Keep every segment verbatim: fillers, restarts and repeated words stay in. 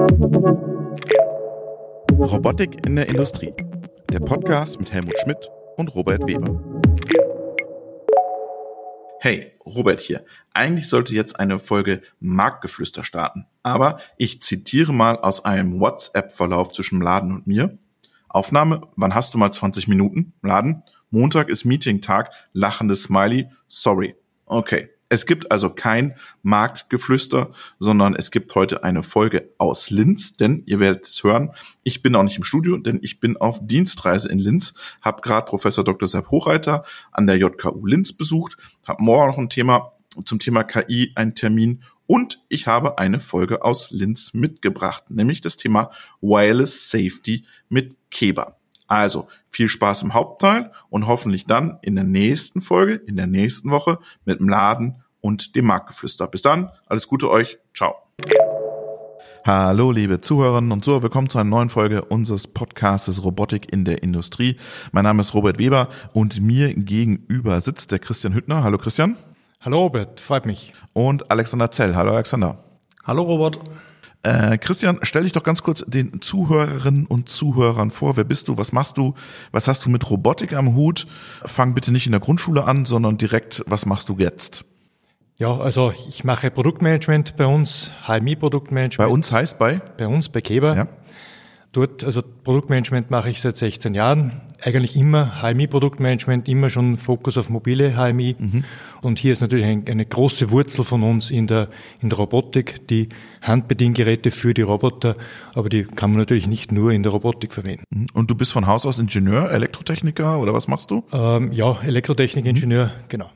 Robotik in der Industrie. Der Podcast mit Helmut Schmidt und Robert Weber. Hey, Robert hier. Eigentlich sollte jetzt eine Folge Marktgeflüster starten, aber ich zitiere mal aus einem WhatsApp-Verlauf zwischen Mladen und mir. Aufnahme, wann hast du mal zwanzig Minuten? Mladen, Montag ist Meeting-Tag, lachendes Smiley, sorry. Okay. Es gibt also kein Marktgeflüster, sondern es gibt heute eine Folge aus Linz, denn ihr werdet es hören, ich bin auch nicht im Studio, denn ich bin auf Dienstreise in Linz, habe gerade Professor Doktor Sepp Hochreiter an der J K U Linz besucht, habe morgen noch ein Thema zum Thema K I, einen Termin und ich habe eine Folge aus Linz mitgebracht, nämlich das Thema Wireless Safety mit Keber. Also viel Spaß im Hauptteil und hoffentlich dann in der nächsten Folge, in der nächsten Woche mit Mladen und dem Marktgeflüster. Bis dann, alles Gute euch, ciao. Hallo liebe Zuhörerinnen und Zuhörer, willkommen zu einer neuen Folge unseres Podcastes Robotik in der Industrie. Mein Name ist Robert Weber und mir gegenüber sitzt der Christian Hüttner. Hallo Christian. Hallo Robert, freut mich. Und Alexander Zell. Hallo Alexander. Hallo Robert. Äh, Christian, stell dich doch ganz kurz den Zuhörerinnen und Zuhörern vor. Wer bist du? Was machst du? Was hast du mit Robotik am Hut? Fang bitte nicht in der Grundschule an, sondern direkt, was machst du jetzt? Ja, also ich mache Produktmanagement bei uns, H M I-Produktmanagement. Bei uns heißt bei? Bei uns, bei Keber. Ja. Dort, also Produktmanagement mache ich seit sechzehn Jahren. Eigentlich immer H M I-Produktmanagement, immer schon Fokus auf mobile H M I. Mhm. Und hier ist natürlich ein, eine große Wurzel von uns in der, in der Robotik, die Handbediengeräte für die Roboter, aber die kann man natürlich nicht nur in der Robotik verwenden. Und du bist von Haus aus Ingenieur, Elektrotechniker oder was machst du? Ähm, ja, Elektrotechnik-Ingenieur, mhm. genau.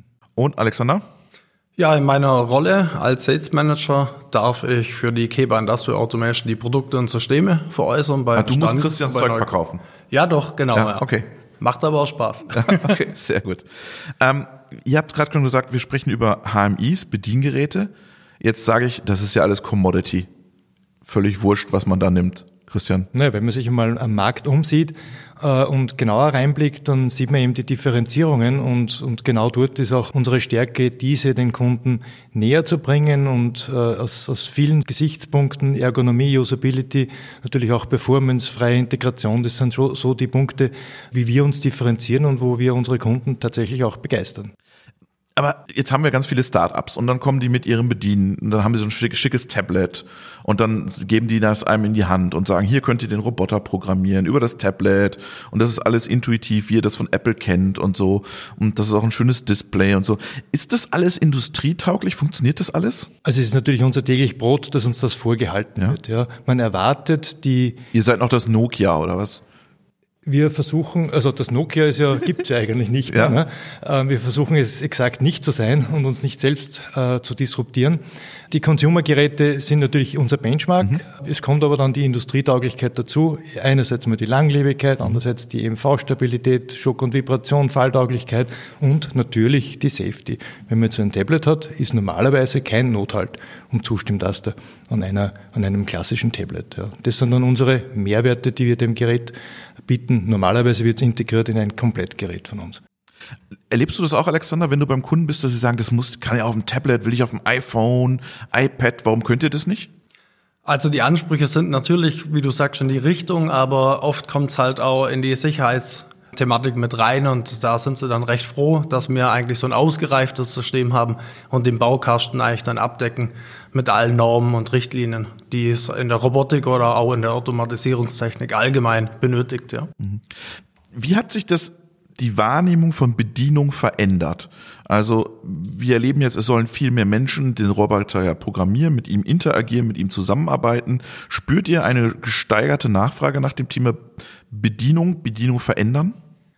Und Alexander? Ja, in meiner Rolle als Sales Manager darf ich für die Keber Industrial Automation die Produkte und Systeme veräußern. Bei ah, du musst Christians Zeug verkaufen? Ja, doch, genau. Ja, ja. Okay. Macht aber auch Spaß. Okay, sehr gut. Ähm, ihr habt gerade schon gesagt, wir sprechen über H M Is, Bediengeräte. Jetzt sage ich, das ist ja alles Commodity. Völlig wurscht, was man da nimmt. Christian? Naja, wenn man sich einmal am Markt umsieht äh, und genauer reinblickt, dann sieht man eben die Differenzierungen und, und genau dort ist auch unsere Stärke, diese den Kunden näher zu bringen und äh, aus, aus vielen Gesichtspunkten, Ergonomie, Usability, natürlich auch Performance, freie Integration, das sind so, so die Punkte, wie wir uns differenzieren und wo wir unsere Kunden tatsächlich auch begeistern. Aber jetzt haben wir ganz viele Startups und dann kommen die mit ihrem Bedienen und dann haben sie so ein schick, schickes Tablet und dann geben die das einem in die Hand und sagen, hier könnt ihr den Roboter programmieren über das Tablet und das ist alles intuitiv, wie ihr das von Apple kennt und so und das ist auch ein schönes Display und so. Ist das alles industrietauglich? Funktioniert das alles? Also es ist natürlich unser täglich Brot, dass uns das vorgehalten ja. wird. Ja. Man erwartet die... Ihr seid noch das Nokia oder was? Wir versuchen, also das Nokia ist ja, gibt's ja eigentlich nicht mehr. Ja. Ne? Wir versuchen es exakt nicht zu sein und uns nicht selbst äh, zu disruptieren. Die Consumer-Geräte sind natürlich unser Benchmark. Mhm. Es kommt aber dann die Industrietauglichkeit dazu. Einerseits mal die Langlebigkeit, andererseits die E M V-Stabilität, Schock- und Vibration, Falltauglichkeit und natürlich die Safety. Wenn man jetzt so ein Tablet hat, ist normalerweise kein Nothalt um Zustimmtaster an einer, an einem klassischen Tablet. Ja. Das sind dann unsere Mehrwerte, die wir dem Gerät bieten. Normalerweise wird es integriert in ein Komplettgerät von uns. Erlebst du das auch, Alexander, wenn du beim Kunden bist, dass sie sagen, das muss, kann ja auf dem Tablet, will ich auf dem iPhone, iPad, warum könnt ihr das nicht? Also die Ansprüche sind natürlich, wie du sagst, in die Richtung, aber oft kommt es halt auch in die Sicherheitsthematik mit rein und da sind sie dann recht froh, dass wir eigentlich so ein ausgereiftes System haben und den Baukasten eigentlich dann abdecken mit allen Normen und Richtlinien, die es in der Robotik oder auch in der Automatisierungstechnik allgemein benötigt. Ja. Wie hat sich das die Wahrnehmung von Bedienung verändert? Also wir erleben jetzt, es sollen viel mehr Menschen den Roboter ja programmieren, mit ihm interagieren, mit ihm zusammenarbeiten. Spürt ihr eine gesteigerte Nachfrage nach dem Thema Bedienung, Bedienung verändern?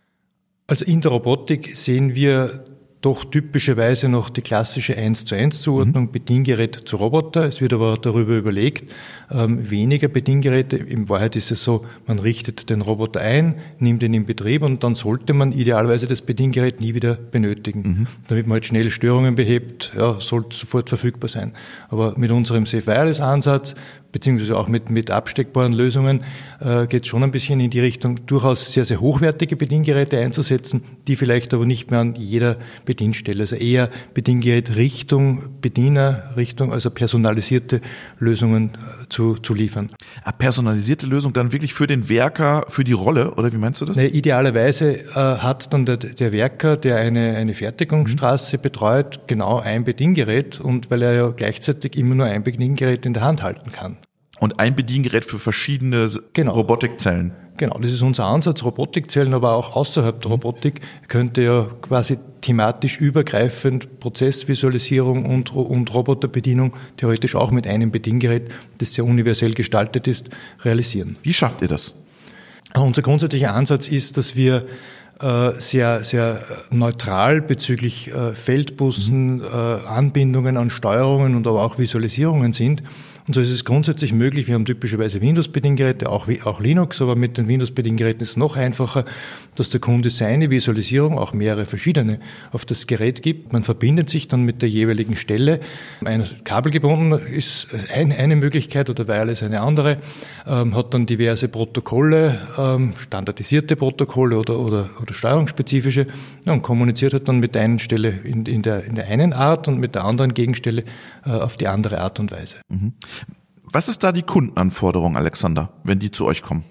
Also in der Robotik sehen wir doch typischerweise noch die klassische eins zu eins Zuordnung, mhm. Bediengerät zu Roboter. Es wird aber darüber überlegt, ähm, weniger Bediengeräte. In Wahrheit ist es so, man richtet den Roboter ein, nimmt ihn in Betrieb und dann sollte man idealerweise das Bediengerät nie wieder benötigen. Mhm. Damit man halt schnell Störungen behebt, ja, sollte sofort verfügbar sein. Aber mit unserem Safe Wireless Ansatz beziehungsweise auch mit, mit absteckbaren Lösungen, äh, geht es schon ein bisschen in die Richtung, durchaus sehr, sehr hochwertige Bediengeräte einzusetzen, die vielleicht aber nicht mehr an jeder Bedienstelle, also eher Bediengerät Richtung Bediener, Richtung, also personalisierte Lösungen äh, zu, zu liefern. Eine personalisierte Lösung dann wirklich für den Werker, für die Rolle, oder wie meinst du das? Ne, idealerweise äh, hat dann der, der Werker, der eine, eine Fertigungsstraße mhm. betreut, genau ein Bediengerät, und weil er ja gleichzeitig immer nur ein Bediengerät in der Hand halten kann. Und ein Bediengerät für verschiedene genau. Robotikzellen. Genau, das ist unser Ansatz. Robotikzellen, aber auch außerhalb der Robotik könnte ja quasi thematisch übergreifend Prozessvisualisierung und, und Roboterbedienung theoretisch auch mit einem Bediengerät, das sehr universell gestaltet ist, realisieren. Wie schafft ihr das? Unser grundsätzlicher Ansatz ist, dass wir äh, sehr, sehr neutral bezüglich äh, Feldbussen, mhm. äh, Anbindungen an Steuerungen und aber auch Visualisierungen sind. Und so ist es grundsätzlich möglich. Wir haben typischerweise Windows-Bediengeräte, auch, auch Linux, aber mit den Windows-Bediengeräten ist es noch einfacher, dass der Kunde seine Visualisierung, auch mehrere verschiedene, auf das Gerät gibt. Man verbindet sich dann mit der jeweiligen Stelle. Ein kabelgebunden ist ein, eine Möglichkeit oder wireless eine andere, ähm, hat dann diverse Protokolle, ähm, standardisierte Protokolle oder, oder, oder steuerungsspezifische, ja, und kommuniziert halt dann mit der einen Stelle in, in, der, in der einen Art und mit der anderen Gegenstelle äh, auf die andere Art und Weise. Mhm. Was ist da die Kundenanforderung, Alexander, wenn die zu euch kommen?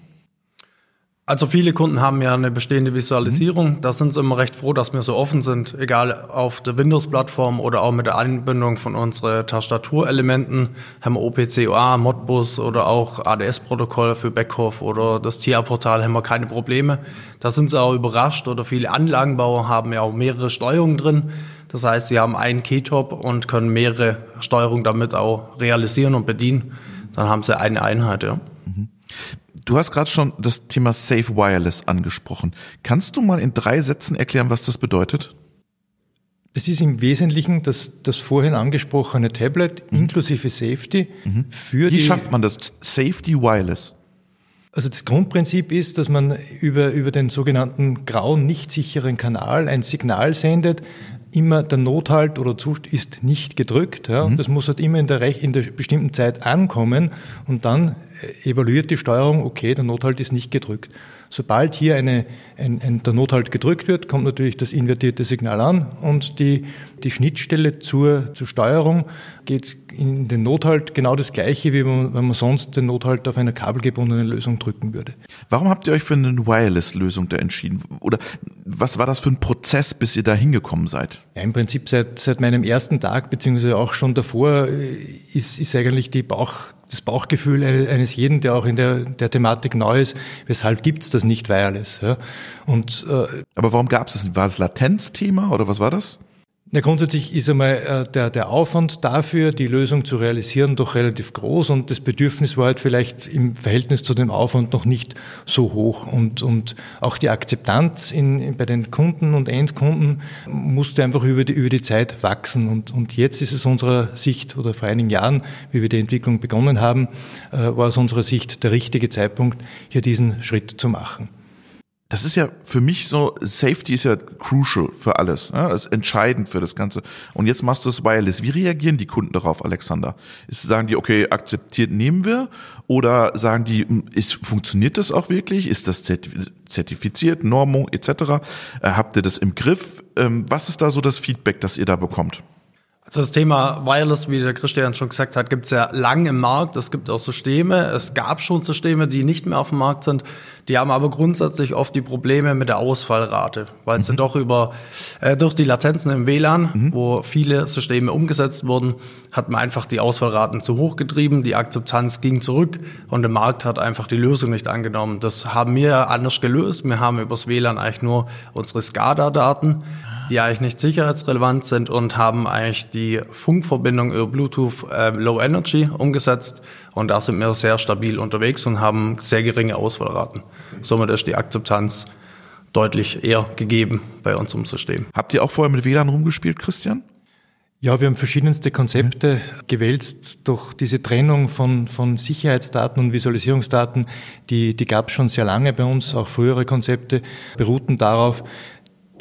Also viele Kunden haben ja eine bestehende Visualisierung. Mhm. Da sind sie immer recht froh, dass wir so offen sind, egal auf der Windows-Plattform oder auch mit der Anbindung von unseren Tastaturelementen. Haben wir O P C O A, Modbus oder auch A D S-Protokoll für Beckhoff oder das T I A-Portal, haben wir keine Probleme. Da sind sie auch überrascht, oder viele Anlagenbauer haben ja auch mehrere Steuerungen drin. Das heißt, sie haben einen Keytop und können mehrere Steuerungen damit auch realisieren und bedienen. Dann haben sie eine Einheit, ja. Du hast gerade schon das Thema Safe Wireless angesprochen. Kannst du mal in drei Sätzen erklären, was das bedeutet? Das ist im Wesentlichen das, das vorhin angesprochene Tablet mhm. inklusive Safety mhm. für die... Wie schafft man das Safety Wireless? Also das Grundprinzip ist, dass man über, über den sogenannten grauen, nicht sicheren Kanal ein Signal sendet. Immer der Nothalt oder Zustand ist nicht gedrückt. Ja, mhm. Das muss halt immer in der, Rech- in der bestimmten Zeit ankommen, und dann evaluiert die Steuerung, okay, der Nothalt ist nicht gedrückt. Sobald hier eine, ein, ein, der Nothalt gedrückt wird, kommt natürlich das invertierte Signal an, und die, die Schnittstelle zur, zur Steuerung geht in den Nothalt genau das Gleiche, wie man, wenn man sonst den Nothalt auf einer kabelgebundenen Lösung drücken würde. Warum habt ihr euch für eine Wireless-Lösung da entschieden? Oder was war das für ein Prozess, bis ihr da hingekommen seid? Ja, im Prinzip seit, seit meinem ersten Tag, beziehungsweise auch schon davor, ist, ist eigentlich die Bauch, das Bauchgefühl eines jeden, der auch in der, der Thematik neu ist, weshalb gibt's das nicht wireless? Ja? Und, äh, Aber warum gab's das? War das Latenzthema oder was war das? Ja, grundsätzlich ist einmal äh, der, der Aufwand dafür, die Lösung zu realisieren, doch relativ groß, und das Bedürfnis war halt vielleicht im Verhältnis zu dem Aufwand noch nicht so hoch, und, und auch die Akzeptanz in, in, bei den Kunden und Endkunden musste einfach über die, über die Zeit wachsen, und, und jetzt ist es unserer Sicht, oder vor einigen Jahren, wie wir die Entwicklung begonnen haben, äh, war aus unserer Sicht der richtige Zeitpunkt, hier diesen Schritt zu machen. Das ist ja für mich so, Safety ist ja crucial für alles, ja, das ist entscheidend für das Ganze. Und jetzt machst du es wireless. Wie reagieren die Kunden darauf, Alexander? Ist, sagen die, okay, akzeptiert, nehmen wir? Oder sagen die, ist, funktioniert das auch wirklich? Ist das zertifiziert, Normung et cetera? Äh, habt ihr das im Griff? Ähm, was ist da so das Feedback, das ihr da bekommt? Also das Thema Wireless, wie der Christian schon gesagt hat, gibt es ja lange im Markt. Es gibt auch Systeme. Es gab schon Systeme, die nicht mehr auf dem Markt sind. Die haben aber grundsätzlich oft die Probleme mit der Ausfallrate, weil mhm. sie doch über äh, durch die Latenzen im W L A N, mhm. wo viele Systeme umgesetzt wurden, hat man einfach die Ausfallraten zu hoch getrieben. Die Akzeptanz ging zurück, und der Markt hat einfach die Lösung nicht angenommen. Das haben wir anders gelöst. Wir haben übers W L A N eigentlich nur unsere SCADA-Daten, die eigentlich nicht sicherheitsrelevant sind, und haben eigentlich die Funkverbindung über Bluetooth äh, Low Energy umgesetzt, und da sind wir sehr stabil unterwegs und haben sehr geringe Ausfallraten. Somit ist die Akzeptanz deutlich eher gegeben bei unserem System. Habt ihr auch vorher mit W L A N rumgespielt, Christian? Ja, wir haben verschiedenste Konzepte mhm. gewälzt durch diese Trennung von, von Sicherheitsdaten und Visualisierungsdaten. Die, die gab es schon sehr lange bei uns, auch frühere Konzepte beruhten darauf,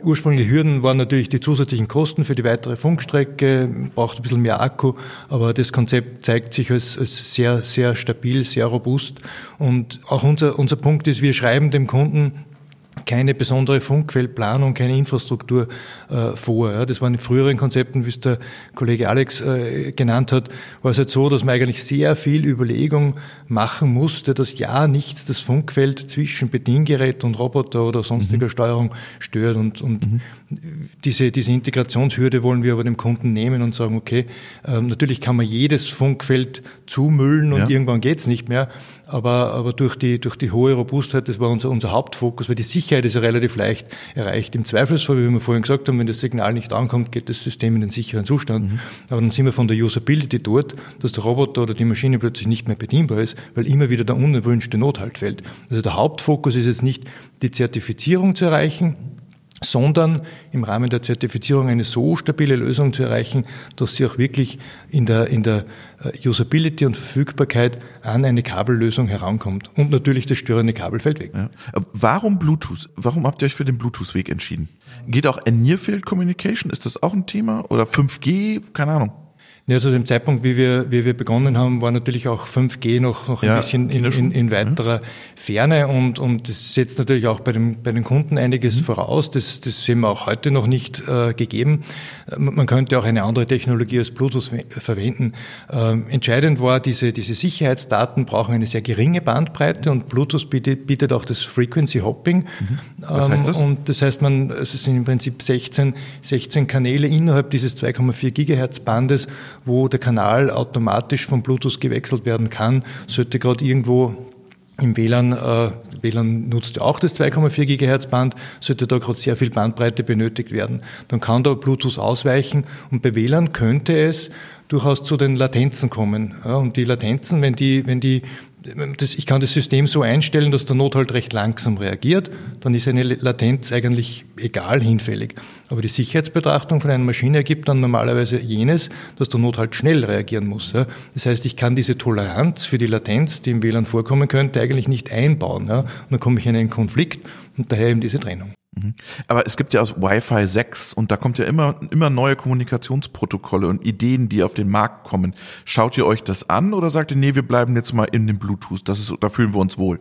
Ursprüngliche Hürden waren natürlich die zusätzlichen Kosten für die weitere Funkstrecke, braucht ein bisschen mehr Akku, aber das Konzept zeigt sich als, als sehr, sehr stabil, sehr robust. Und auch unser, unser Punkt ist, wir schreiben dem Kunden keine besondere Funkfeldplanung, keine Infrastruktur äh, vor. Ja. Das waren in früheren Konzepten, wie es der Kollege Alex äh, genannt hat, war es halt so, dass man eigentlich sehr viel Überlegung machen musste, dass ja nichts das Funkfeld zwischen Bediengerät und Roboter oder sonstiger mhm. Steuerung stört. Und, und mhm. diese, diese Integrationshürde wollen wir aber dem Kunden nehmen und sagen, okay, äh, natürlich kann man jedes Funkfeld zumüllen und ja. irgendwann geht's nicht mehr. Aber, aber durch die, durch die hohe Robustheit, das war unser, unser Hauptfokus, weil die Sicherheit ist ja relativ leicht erreicht. Im Zweifelsfall, wie wir vorhin gesagt haben, wenn das Signal nicht ankommt, geht das System in den sicheren Zustand. Mhm. Aber dann sind wir von der Usability dort, dass der Roboter oder die Maschine plötzlich nicht mehr bedienbar ist, weil immer wieder der unerwünschte Nothalt fällt. Also der Hauptfokus ist jetzt nicht, die Zertifizierung zu erreichen, sondern im Rahmen der Zertifizierung eine so stabile Lösung zu erreichen, dass sie auch wirklich in der, in der Usability und Verfügbarkeit an eine Kabellösung herankommt. Und natürlich das störende Kabel fällt weg. Ja. Warum Bluetooth? Warum habt ihr euch für den Bluetooth-Weg entschieden? Geht auch Near Field Communication? Ist das auch ein Thema? Oder fünf G? Keine Ahnung. Ja, zu dem Zeitpunkt, wie wir, wie wir begonnen haben, war natürlich auch fünf G noch, noch ein ja, bisschen in, in, in weiterer ja. Ferne und, und das setzt natürlich auch bei, dem, bei den Kunden einiges mhm. voraus. Das, das sehen wir auch heute noch nicht äh, gegeben. Man könnte auch eine andere Technologie als Bluetooth verwenden. Ähm, entscheidend war, diese, diese Sicherheitsdaten brauchen eine sehr geringe Bandbreite und Bluetooth bietet, bietet auch das Frequency Hopping. Mhm. Was heißt das? Und das heißt, man, es sind im Prinzip sechzehn, sechzehn Kanäle innerhalb dieses zwei Komma vier Gigahertz Bandes, wo der Kanal automatisch von Bluetooth gewechselt werden kann, sollte gerade irgendwo im W L A N, äh, W L A N nutzt ja auch das zwei Komma vier Gigahertz Band, sollte da gerade sehr viel Bandbreite benötigt werden. Dann kann da Bluetooth ausweichen und bei W L A N könnte es durchaus zu den Latenzen kommen. Ja, und die Latenzen, wenn die, wenn die Das, ich kann das System so einstellen, dass der Nothalt recht langsam reagiert, dann ist eine Latenz eigentlich egal hinfällig. Aber die Sicherheitsbetrachtung von einer Maschine ergibt dann normalerweise jenes, dass der Nothalt schnell reagieren muss. Ja. Das heißt, ich kann diese Toleranz für die Latenz, die im W L A N vorkommen könnte, eigentlich nicht einbauen. Ja. Und dann komme ich in einen Konflikt und daher eben diese Trennung. Aber es gibt ja aus Wi-Fi sechs und da kommt ja immer, immer neue Kommunikationsprotokolle und Ideen, die auf den Markt kommen. Schaut ihr euch das an oder sagt ihr, nee, wir bleiben jetzt mal in dem Bluetooth, das ist, da fühlen wir uns wohl?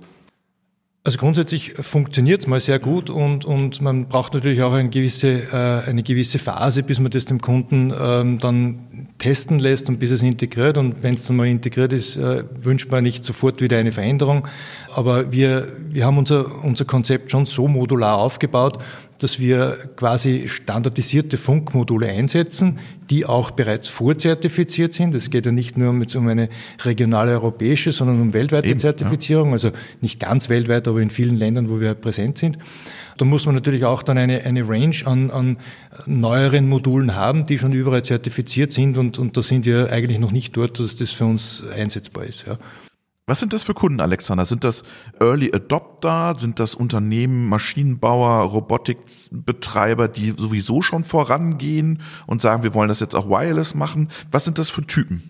Also grundsätzlich funktioniert es mal sehr gut und, und man braucht natürlich auch eine gewisse, äh, eine gewisse Phase, bis man das dem Kunden ähm, dann testen lässt und bis es integriert. Und wenn es dann mal integriert ist, äh, wünscht man nicht sofort wieder eine Veränderung. Aber wir, wir haben unser, unser Konzept schon so modular aufgebaut, dass wir quasi standardisierte Funkmodule einsetzen, die auch bereits vorzertifiziert sind. Es geht ja nicht nur um eine regionale europäische, sondern um weltweite Eben, Zertifizierung, ja. Also nicht ganz weltweit, aber in vielen Ländern, wo wir präsent sind. Da muss man natürlich auch dann eine, eine Range an, an neueren Modulen haben, die schon überall zertifiziert sind und, und da sind wir eigentlich noch nicht dort, dass das für uns einsetzbar ist. Ja. Was sind das für Kunden, Alexander? Sind das Early Adopter? Sind das Unternehmen, Maschinenbauer, Robotikbetreiber, die sowieso schon vorangehen und sagen, wir wollen das jetzt auch wireless machen? Was sind das für Typen?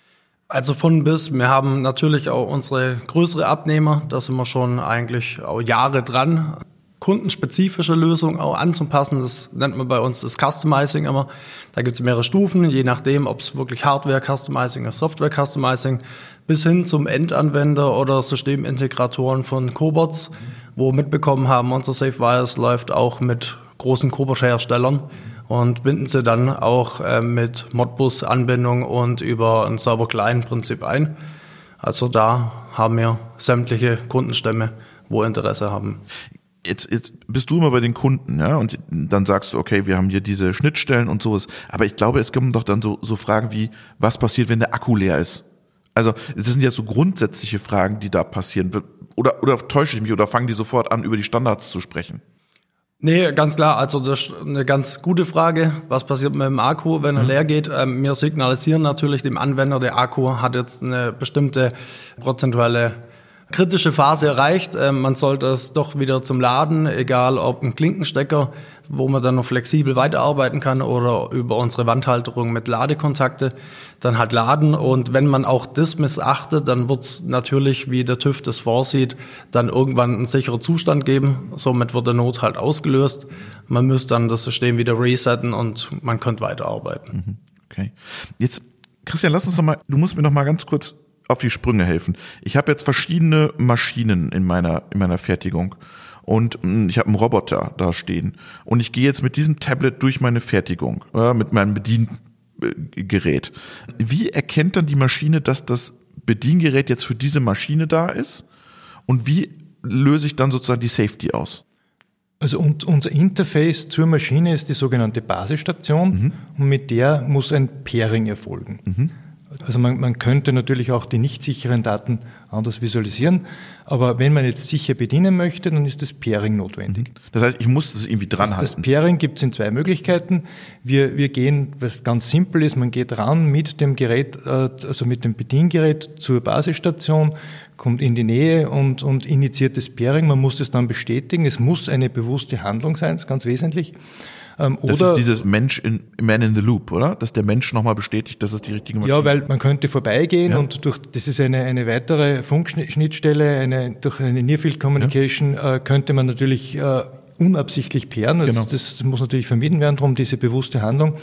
Also von bis. Wir haben natürlich auch unsere größere Abnehmer. Da sind wir schon eigentlich auch Jahre dran, kundenspezifische Lösungen auch anzupassen. Das nennt man bei uns das Customizing immer. Da gibt es mehrere Stufen, je nachdem, ob es wirklich Hardware-Customizing oder Software-Customizing bis hin zum Endanwender oder Systemintegratoren von Cobots, wo wir mitbekommen haben, unser Safe Wires läuft auch mit großen Cobot-Herstellern und binden sie dann auch äh, mit Modbus-Anbindung und über ein Server-Client-Prinzip ein. Also da haben wir sämtliche Kundenstämme, wo Interesse haben. Jetzt, jetzt bist du immer bei den Kunden, ja, und dann sagst du, okay, wir haben hier diese Schnittstellen und sowas. Aber ich glaube, es kommen doch dann so, so Fragen wie, was passiert, wenn der Akku leer ist? Also, das sind ja so grundsätzliche Fragen, die da passieren. Oder, oder täusche ich mich oder fangen die sofort an, über die Standards zu sprechen? Nee, ganz klar. Also, das ist eine ganz gute Frage. Was passiert mit dem Akku, wenn er mhm. leer geht? Wir signalisieren natürlich dem Anwender, der Akku hat jetzt eine bestimmte prozentuelle kritische Phase erreicht. Man sollte es doch wieder zum Laden, egal ob ein Klinkenstecker, wo man dann noch flexibel weiterarbeiten kann oder über unsere Wandhalterung mit Ladekontakte, dann halt laden. Und wenn man auch das missachtet, dann wird es natürlich, wie der TÜV das vorsieht, dann irgendwann einen sicheren Zustand geben. Somit wird der Not halt ausgelöst. Man müsste dann das System wieder resetten und man könnte weiterarbeiten. Okay. Jetzt, Christian, lass uns noch mal, du musst mir noch mal ganz kurz auf die Sprünge helfen. Ich habe jetzt verschiedene Maschinen in meiner in meiner Fertigung und mh, ich habe einen Roboter da stehen und ich gehe jetzt mit diesem Tablet durch meine Fertigung, äh, mit meinem Bediengerät. Wie erkennt dann die Maschine, dass das Bediengerät jetzt für diese Maschine da ist und wie löse ich dann sozusagen die Safety aus? Also und unser Interface zur Maschine ist die sogenannte Basisstation mhm. und mit der muss ein Pairing erfolgen. Mhm. Also man, man könnte natürlich auch die nicht sicheren Daten anders visualisieren, aber wenn man jetzt sicher bedienen möchte, dann ist das Pairing notwendig. Das heißt, ich muss das irgendwie dran das, halten. Das Pairing gibt es in zwei Möglichkeiten. Wir, wir gehen, was ganz simpel ist, man geht ran mit dem Gerät, also mit dem Bediengerät zur Basisstation, kommt in die Nähe und, und initiiert das Pairing. Man muss das dann bestätigen. Es muss eine bewusste Handlung sein, das ist ganz wesentlich. Ähm, das oder, ist dieses Mensch in, Man in the Loop, oder? Dass der Mensch nochmal bestätigt, dass es die richtige Maschine ist. Ja, weil man könnte vorbeigehen ja. und durch, das ist eine, eine weitere Funkschnittstelle, eine, durch eine Near-Field Communication ja. äh, könnte man natürlich äh, unabsichtlich pairen. Also genau. das, das muss natürlich vermieden werden, darum diese bewusste Handlung.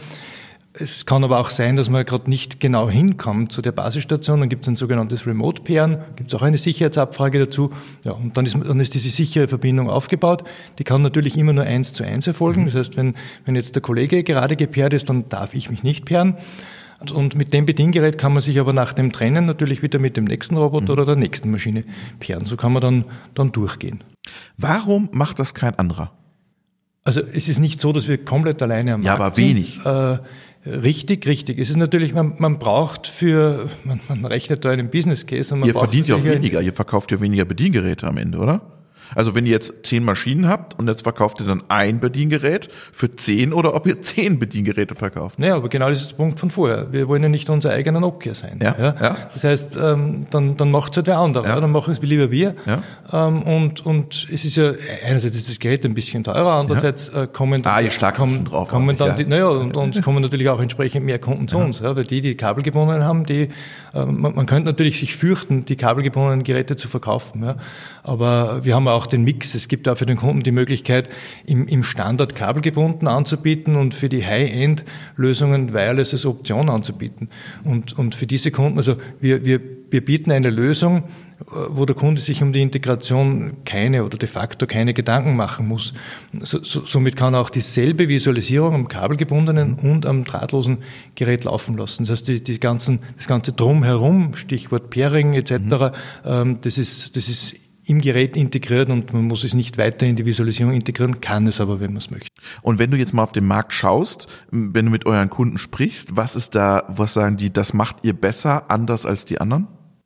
Es kann aber auch sein, dass man gerade nicht genau hinkommt zu der Basisstation. Dann gibt es ein sogenanntes Remote-Pairen, gibt es auch eine Sicherheitsabfrage dazu. Ja, und dann ist, dann ist diese sichere Verbindung aufgebaut. Die kann natürlich immer nur eins zu eins erfolgen. Das heißt, wenn, wenn jetzt der Kollege gerade gepaart ist, dann darf ich mich nicht pairen. Und, und mit dem Bediengerät kann man sich aber nach dem Trennen natürlich wieder mit dem nächsten Roboter mhm. oder der nächsten Maschine pairen. So kann man dann, dann durchgehen. Warum macht das kein anderer? Also es ist nicht so, dass wir komplett alleine am ja, Markt sind. Ja, aber wenig. Äh, Richtig, richtig. Es ist natürlich, man, man braucht für, man, man rechnet da einen Business Case. Und man ihr verdient ja auch weniger, ihr verkauft ja weniger Bediengeräte am Ende, oder? Also wenn ihr jetzt zehn Maschinen habt und jetzt verkauft ihr dann ein Bediengerät für zehn oder ob ihr zehn Bediengeräte verkauft. Naja, aber genau das ist der Punkt von vorher. Wir wollen ja nicht unser eigener Nokia sein. Ja, ja? Ja. Das heißt, ähm, dann, dann macht es halt der andere. Ja. Dann machen es lieber wir. Ja. Ähm, und, und es ist ja, einerseits ist das Gerät ein bisschen teurer, andererseits ja. äh, kommen, ah, ihr schlagt kommen, drauf kommen dann, ja. die, naja, und uns kommen natürlich auch entsprechend mehr Kunden zu ja. uns. Ja? Weil die, die kabelgebundenen haben, die, äh, man, man könnte natürlich sich fürchten, die kabelgebundenen Geräte zu verkaufen. Ja? Aber wir haben auch den Mix. Es gibt auch für den Kunden die Möglichkeit, im, im Standard kabelgebunden anzubieten und für die High-End-Lösungen Wireless als Option anzubieten. Und, und für diese Kunden, also wir, wir, wir bieten eine Lösung, wo der Kunde sich um die Integration keine oder de facto keine Gedanken machen muss. So, so, somit kann er auch dieselbe Visualisierung am kabelgebundenen und am drahtlosen Gerät laufen lassen. Das heißt, die, die ganzen, das ganze Drumherum, Stichwort Pairing et cetera, mhm. ähm, das ist, das ist im Gerät integriert und man muss es nicht weiter in die Visualisierung integrieren, kann es aber, wenn man es möchte. Und wenn du jetzt mal auf den Markt schaust, wenn du mit euren Kunden sprichst, was ist da, was sagen die, das macht ihr besser, anders als die anderen?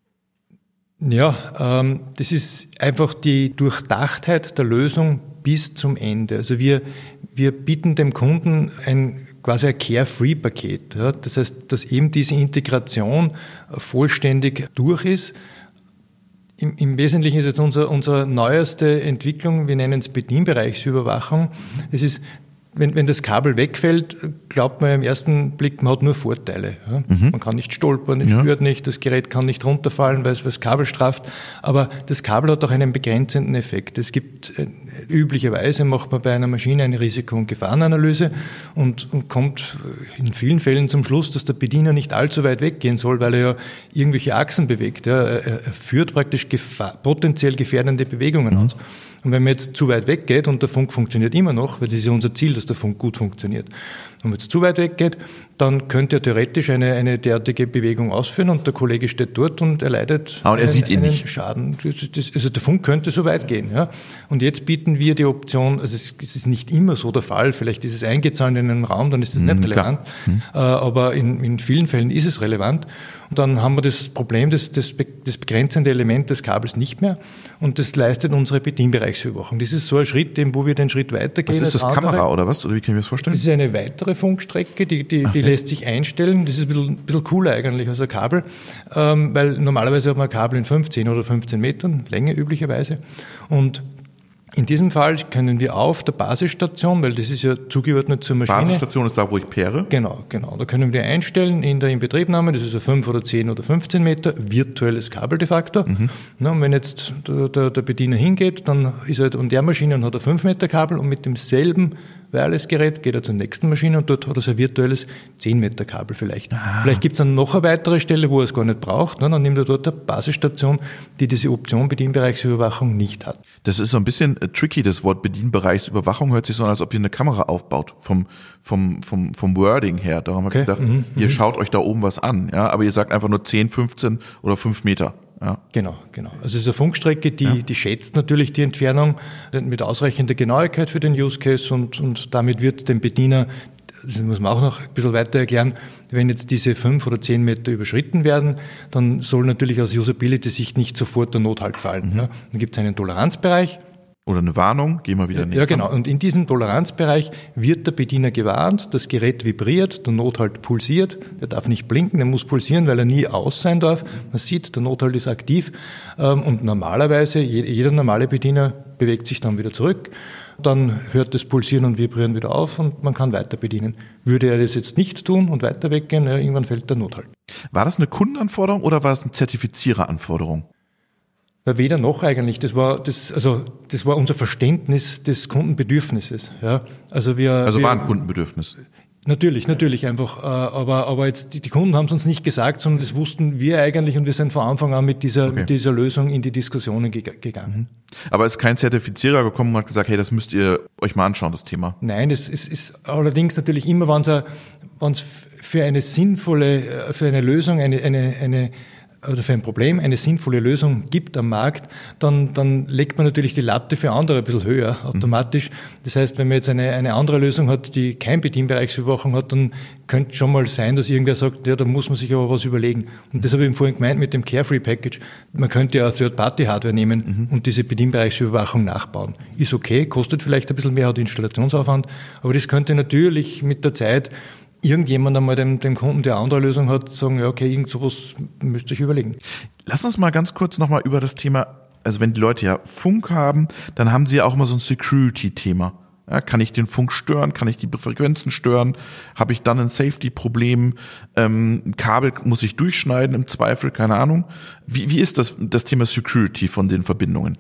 Ja, ähm, das ist einfach die Durchdachtheit der Lösung bis zum Ende. Also wir, wir bieten dem Kunden ein quasi ein Carefree-Paket. Ja? Das heißt, dass eben diese Integration vollständig durch ist. Im, Im Wesentlichen ist jetzt unser, unsere neueste Entwicklung, wir nennen es Bedienbereichsüberwachung. Es ist, wenn, wenn das Kabel wegfällt, glaubt man im ersten Blick, man hat nur Vorteile. Ja? Mhm. Man kann nicht stolpern, es ja. spürt nicht, das Gerät kann nicht runterfallen, weil es das Kabel strafft. Aber das Kabel hat auch einen begrenzenden Effekt. Es gibt, äh, üblicherweise macht man bei einer Maschine eine Risiko- und Gefahrenanalyse und, und kommt in vielen Fällen zum Schluss, dass der Bediener nicht allzu weit weggehen soll, weil er ja irgendwelche Achsen bewegt. Ja? Er, er führt praktisch gefahr, potenziell gefährdende Bewegungen mhm. aus. Und wenn man jetzt zu weit weggeht und der Funk funktioniert immer noch, weil das ist ja unser Ziel, dass der Funk gut funktioniert. Und wenn man jetzt zu weit weggeht, dann könnte er theoretisch eine, eine derartige Bewegung ausführen und der Kollege steht dort und erleidet Aber er einen, sieht ihn einen nicht. Schaden. Das, das, also der Funk könnte so weit gehen. Ja. Und jetzt bieten wir die Option, also es, es ist nicht immer so der Fall, vielleicht ist es eingezahlt in einen Raum, dann ist das mhm, nicht relevant, mhm. aber in, in vielen Fällen ist es relevant. Und dann haben wir das Problem, das, das, das begrenzende Element des Kabels nicht mehr und das leistet unsere Bedienbereichsüberwachung. Das ist so ein Schritt, wo wir den Schritt weitergehen. Was ist das, als andere. Kamera oder was? Oder wie kann ich mir das vorstellen? Das ist eine weitere Funkstrecke, die, die, die lässt sich einstellen. Das ist ein bisschen, ein bisschen cooler eigentlich als ein Kabel, ähm, weil normalerweise hat man ein Kabel in fünfzehn oder fünfzehn Metern, Länge üblicherweise. Und in diesem Fall können wir auf der Basisstation, weil das ist ja zugeordnet zur Maschine. Basisstation ist da, wo ich paire? Genau, genau. Da können wir einstellen in der Inbetriebnahme, das ist ein fünf oder zehn oder fünfzehn Meter, virtuelles Kabel de facto. Mhm. Na, und wenn jetzt der, der, der Bediener hingeht, dann ist er an der Maschine und hat ein fünf Meter Kabel und mit demselben Wireless-Gerät geht er zur nächsten Maschine und dort hat er so ein virtuelles zehn Meter Kabel vielleicht. Ah. Vielleicht gibt es dann noch eine weitere Stelle, wo er es gar nicht braucht. Ne? Dann nimmt er dort eine Basisstation, die diese Option Bedienbereichsüberwachung nicht hat. Das ist so ein bisschen tricky, das Wort Bedienbereichsüberwachung hört sich so an, als ob ihr eine Kamera aufbaut, vom, vom, vom, vom Wording her. Darum okay. habe ich gedacht, mhm. ihr schaut euch da oben was an, ja, aber ihr sagt einfach nur zehn, fünfzehn oder fünf Meter. Ja. Genau, genau. Also es ist eine Funkstrecke, die, ja. die schätzt natürlich die Entfernung mit ausreichender Genauigkeit für den Use Case und, und damit wird dem Bediener, das muss man auch noch ein bisschen weiter erklären, wenn jetzt diese fünf oder zehn Meter überschritten werden, dann soll natürlich aus Usability-Sicht nicht sofort der Nothalt fallen. Mhm. Ja. Dann gibt es einen Toleranzbereich. Oder eine Warnung, gehen wir wieder näher. Ja, genau. Und in diesem Toleranzbereich wird der Bediener gewarnt, das Gerät vibriert, der Nothalt pulsiert, der darf nicht blinken, der muss pulsieren, weil er nie aus sein darf. Man sieht, der Nothalt ist aktiv und normalerweise, jeder normale Bediener bewegt sich dann wieder zurück, dann hört das Pulsieren und Vibrieren wieder auf und man kann weiter bedienen. Würde er das jetzt nicht tun und weiter weggehen, ja, irgendwann fällt der Nothalt. War das eine Kundenanforderung oder war es eine Zertifiziereranforderung? Weder noch eigentlich. Das war das, also das war unser Verständnis des Kundenbedürfnisses. Ja, also wir. Also wir, war ein Kundenbedürfnis. Natürlich, natürlich einfach. Aber aber jetzt die, die Kunden haben es uns nicht gesagt, sondern das wussten wir eigentlich und wir sind von Anfang an mit dieser okay. mit dieser Lösung in die Diskussionen ge- gegangen. Aber es ist kein Zertifizierer gekommen und hat gesagt, hey, das müsst ihr euch mal anschauen, das Thema. Nein, das ist, ist allerdings natürlich immer, wenn es wenn es für eine sinnvolle, für eine Lösung eine eine eine oder für ein Problem eine sinnvolle Lösung gibt am Markt, dann, dann legt man natürlich die Latte für andere ein bisschen höher automatisch. Das heißt, wenn man jetzt eine, eine andere Lösung hat, die kein Bedienbereichsüberwachung hat, dann könnte schon mal sein, dass irgendwer sagt, ja, da muss man sich aber was überlegen. Und das habe ich eben vorhin gemeint mit dem Carefree Package. Man könnte ja Third-Party-Hardware nehmen mhm. und diese Bedienbereichsüberwachung nachbauen. Ist okay, kostet vielleicht ein bisschen mehr, hat Installationsaufwand, aber das könnte natürlich mit der Zeit irgendjemand einmal dem, dem Kunden, der eine andere Lösung hat, sagen, ja, okay, irgend sowas müsste ich überlegen. Lass uns mal ganz kurz nochmal über das Thema, also wenn die Leute ja Funk haben, dann haben sie ja auch immer so ein Security-Thema. Ja, kann ich den Funk stören? Kann ich die Frequenzen stören? Habe ich dann ein Safety-Problem? Ähm, Kabel muss ich durchschneiden im Zweifel? Keine Ahnung. Wie, wie ist das, das Thema Security von den Verbindungen?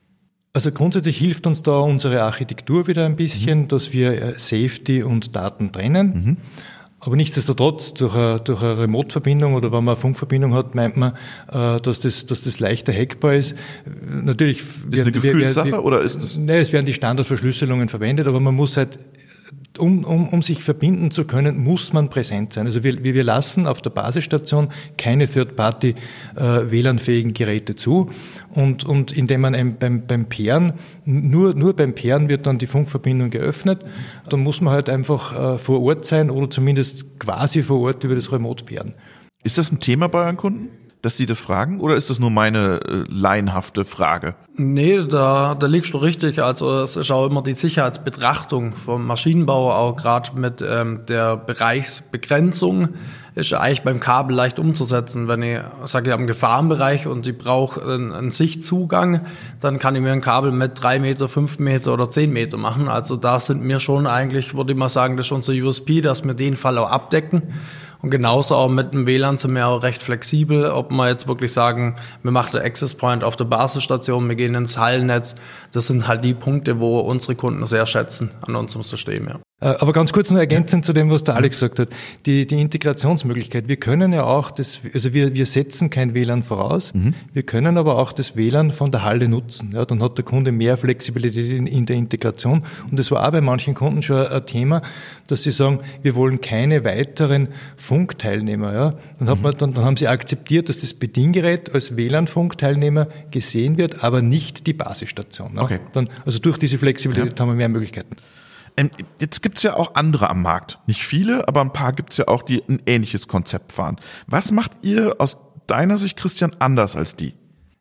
Also grundsätzlich hilft uns da unsere Architektur wieder ein bisschen, mhm. dass wir Safety und Daten trennen. Mhm. Aber nichtsdestotrotz, durch eine, durch eine Remote-Verbindung oder wenn man eine Funkverbindung hat, meint man, dass das, dass das leichter hackbar ist. Natürlich. Ist das eine Gefühlssache oder ist das? Nein, es werden die Standardverschlüsselungen verwendet, aber man muss halt, um, um, um sich verbinden zu können, muss man präsent sein. Also wir, wir lassen auf der Basisstation keine Third-Party äh, W L A N-fähigen Geräte zu. Und, und indem man ein, beim, beim Pairen, nur, nur beim Pairen wird dann die Funkverbindung geöffnet. Dann muss man halt einfach äh, vor Ort sein oder zumindest quasi vor Ort über das Remote pairen. Ist das ein Thema bei euren Kunden, dass Sie das fragen, oder ist das nur meine äh, laienhafte Frage? Nee, da, da liegst du richtig. Also es ist auch immer die Sicherheitsbetrachtung vom Maschinenbauer, auch gerade mit ähm, der Bereichsbegrenzung, ist ja eigentlich beim Kabel leicht umzusetzen. Wenn ich sage, ich habe einen Gefahrenbereich und ich brauche einen, einen Sichtzugang, dann kann ich mir ein Kabel mit drei Meter, fünf Meter oder zehn Meter machen. Also da sind wir schon eigentlich, würde ich mal sagen, das ist unser U S P, dass wir den Fall auch abdecken. Und genauso auch mit dem W L A N sind wir auch recht flexibel, ob wir jetzt wirklich sagen, wir machen den Access Point auf der Basisstation, wir gehen ins Hallennetz. Das sind halt die Punkte, wo unsere Kunden sehr schätzen an unserem System. Ja. Aber ganz kurz noch ergänzend zu dem, was der Alex gesagt hat. Die, die Integrationsmöglichkeit. Wir können ja auch das, also wir, wir setzen kein W L A N voraus. Mhm. Wir können aber auch das W L A N von der Halle nutzen. Ja, dann hat der Kunde mehr Flexibilität in, in der Integration. Und das war auch bei manchen Kunden schon ein Thema, dass sie sagen, wir wollen keine weiteren Funkteilnehmer. Ja, dann hat man, dann, dann haben sie akzeptiert, dass das Bediengerät als W L A N-Funkteilnehmer gesehen wird, aber nicht die Basisstation. Ja. Okay. Dann, also durch diese Flexibilität ja. haben wir mehr Möglichkeiten. Ähm, jetzt gibt's ja auch andere am Markt. Nicht viele, aber ein paar gibt's ja auch, die ein ähnliches Konzept fahren. Was macht ihr aus deiner Sicht, Christian, anders als die?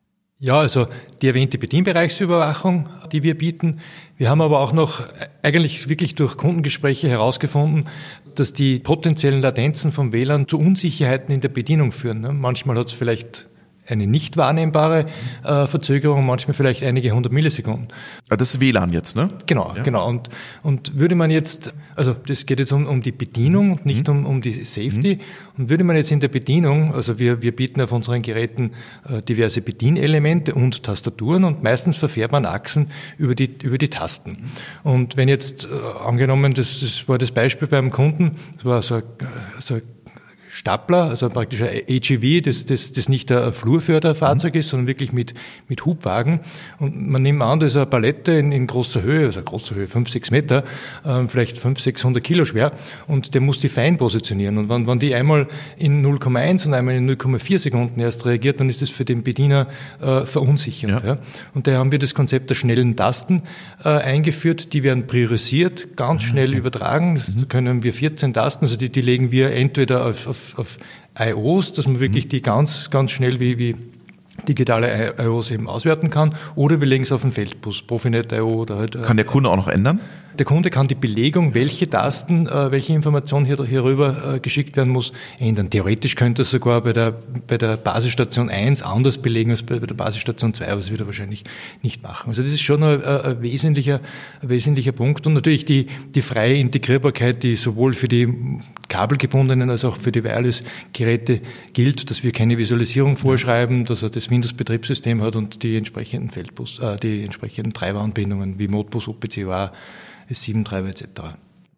Ja, also die erwähnte Bedienbereichsüberwachung, die wir bieten. Wir haben aber auch noch eigentlich wirklich durch Kundengespräche herausgefunden, dass die potenziellen Latenzen vom W L A N zu Unsicherheiten in der Bedienung führen. Manchmal hat es vielleicht eine nicht wahrnehmbare äh, Verzögerung, manchmal vielleicht einige hundert Millisekunden. Das ist W L A N jetzt, ne? Genau, ja. genau. Und, und würde man jetzt, also das geht jetzt um, um die Bedienung und nicht mhm. um, um die Safety. Mhm. Und würde man jetzt in der Bedienung, also wir, wir bieten auf unseren Geräten äh, diverse Bedienelemente und Tastaturen und meistens verfährt man Achsen über die, über die Tasten. Und wenn jetzt, äh, angenommen, das, das war das Beispiel beim Kunden, das war so, so ein Stapler, also praktisch ein A G V, das, das, das nicht ein Flurförderfahrzeug ist, sondern wirklich mit, mit Hubwagen. Und man nimmt an, das ist eine Palette in, in großer Höhe, also großer Höhe, fünf, sechs Meter, äh, vielleicht fünf, sechshundert Kilo schwer, und der muss die fein positionieren. Und wenn, wenn die einmal in null Komma eins und einmal in null Komma vier Sekunden erst reagiert, dann ist das für den Bediener äh, verunsichernd. Ja. Ja. Und daher haben wir das Konzept der schnellen Tasten äh, eingeführt, die werden priorisiert, ganz schnell übertragen. Das, da können wir vierzehn Tasten, also die, die legen wir entweder auf, auf auf I Os, dass man wirklich die ganz, ganz schnell wie, wie digitale I Os eben auswerten kann, oder wir legen es auf den Feldbus, Profinet I O oder halt. Kann der Kunde auch noch ändern? Der Kunde kann die Belegung, welche Tasten, äh, welche Information hier, hierüber äh, geschickt werden muss, ändern. Theoretisch könnte es sogar bei der, bei der Basisstation eins anders belegen als bei der Basisstation zwei, aber das wird er wahrscheinlich nicht machen. Also das ist schon ein, ein, wesentlicher, ein wesentlicher Punkt. Und natürlich die, die freie Integrierbarkeit, die sowohl für die kabelgebundenen als auch für die Wireless-Geräte gilt, dass wir keine Visualisierung vorschreiben, dass er das Windows-Betriebssystem hat und die entsprechenden Feldbus, äh, die entsprechenden Treiberanbindungen wie Modbus, O P C O A, S sieben Treiber et cetera.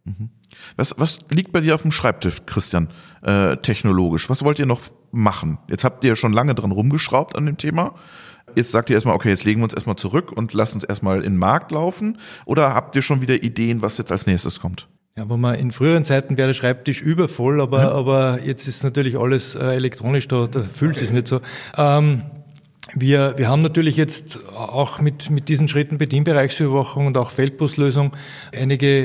Was, was liegt bei dir auf dem Schreibtisch, Christian, äh, technologisch? Was wollt ihr noch machen? Jetzt habt ihr schon lange dran rumgeschraubt an dem Thema. Jetzt sagt ihr erstmal, okay, jetzt legen wir uns erstmal zurück und lassen uns erstmal in den Markt laufen. Oder habt ihr schon wieder Ideen, was jetzt als nächstes kommt? Ja, wo man in früheren Zeiten wäre der Schreibtisch übervoll, aber, ja. aber jetzt ist natürlich alles äh, elektronisch, da, da fühlt es nicht so. Ähm, Wir, wir haben natürlich jetzt auch mit, mit diesen Schritten Bedienbereichsüberwachung und auch Feldbuslösung einige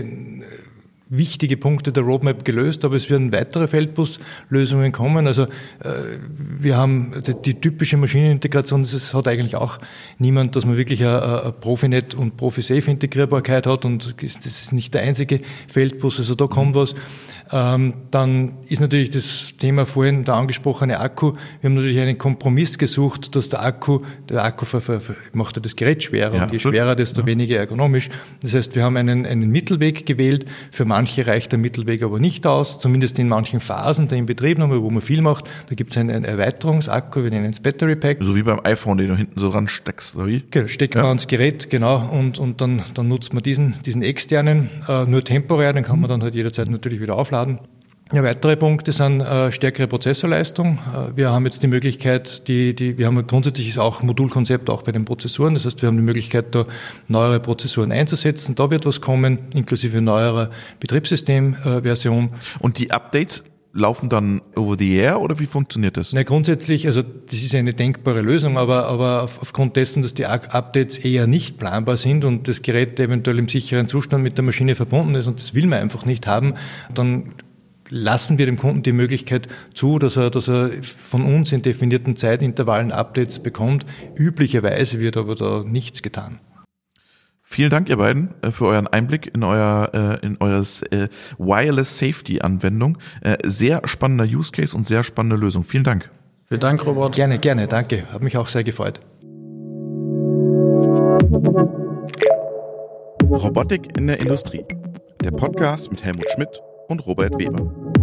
wichtige Punkte der Roadmap gelöst, aber es werden weitere Feldbuslösungen kommen. Also äh, wir haben die typische Maschinenintegration, das hat eigentlich auch niemand, dass man wirklich eine, eine Profinet und Profi-Safe-Integrierbarkeit hat, und das ist nicht der einzige Feldbus, also da kommt was. Ähm, dann ist natürlich das Thema vorhin der angesprochene Akku. Wir haben natürlich einen Kompromiss gesucht, dass der Akku, der Akku ver, ver, macht ja das Gerät schwerer, ja, und je schwerer, desto ja. weniger ergonomisch. Das heißt, wir haben einen, einen Mittelweg gewählt. Für manche reicht der Mittelweg aber nicht aus, zumindest in manchen Phasen der Inbetriebnahme, wo man viel macht. Da gibt es einen, einen Erweiterungsakku, wir nennen es Battery Pack. So wie beim iPhone, den du hinten so dran steckst, oder wie? Genau, steckt man ja. ans Gerät, genau, und, und dann, dann nutzt man diesen, diesen externen, äh, nur temporär, den kann man dann halt jederzeit natürlich wieder aufladen. Ja, weitere Punkte sind äh, stärkere Prozessorleistung. Äh, wir haben jetzt die Möglichkeit, die, die, wir haben ein grundsätzliches auch Modulkonzept auch bei den Prozessoren. Das heißt, wir haben die Möglichkeit, da neuere Prozessoren einzusetzen. Da wird was kommen, inklusive neuerer Betriebssystemversion. Äh, Und die Updates laufen dann over the air, oder wie funktioniert das? Na, grundsätzlich, also das ist eine denkbare Lösung, aber, aber auf, aufgrund dessen, dass die Updates eher nicht planbar sind und das Gerät eventuell im sicheren Zustand mit der Maschine verbunden ist, und das will man einfach nicht haben, dann lassen wir dem Kunden die Möglichkeit zu, dass er, dass er von uns in definierten Zeitintervallen Updates bekommt. Üblicherweise wird aber da nichts getan. Vielen Dank, ihr beiden, für euren Einblick in euer in euer Wireless Safety Anwendung. Sehr spannender Use Case und sehr spannende Lösung. Vielen Dank. Vielen Dank, Robert. Gerne, gerne, danke. Hat mich auch sehr gefreut. Robotik in der Industrie. Der Podcast mit Helmut Schmidt und Robert Weber.